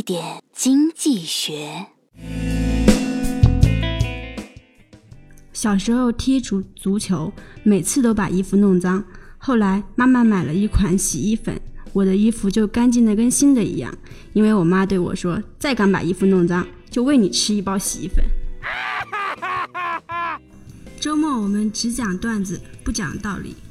点经济学。 小时候踢足球，每次都把衣服弄脏。后来妈妈买了一款洗衣粉，我的衣服就干净的跟新的一样。因为我妈对我说，再敢把衣服弄脏，就喂你吃一包洗衣粉。周末我们只讲段子，不讲道理。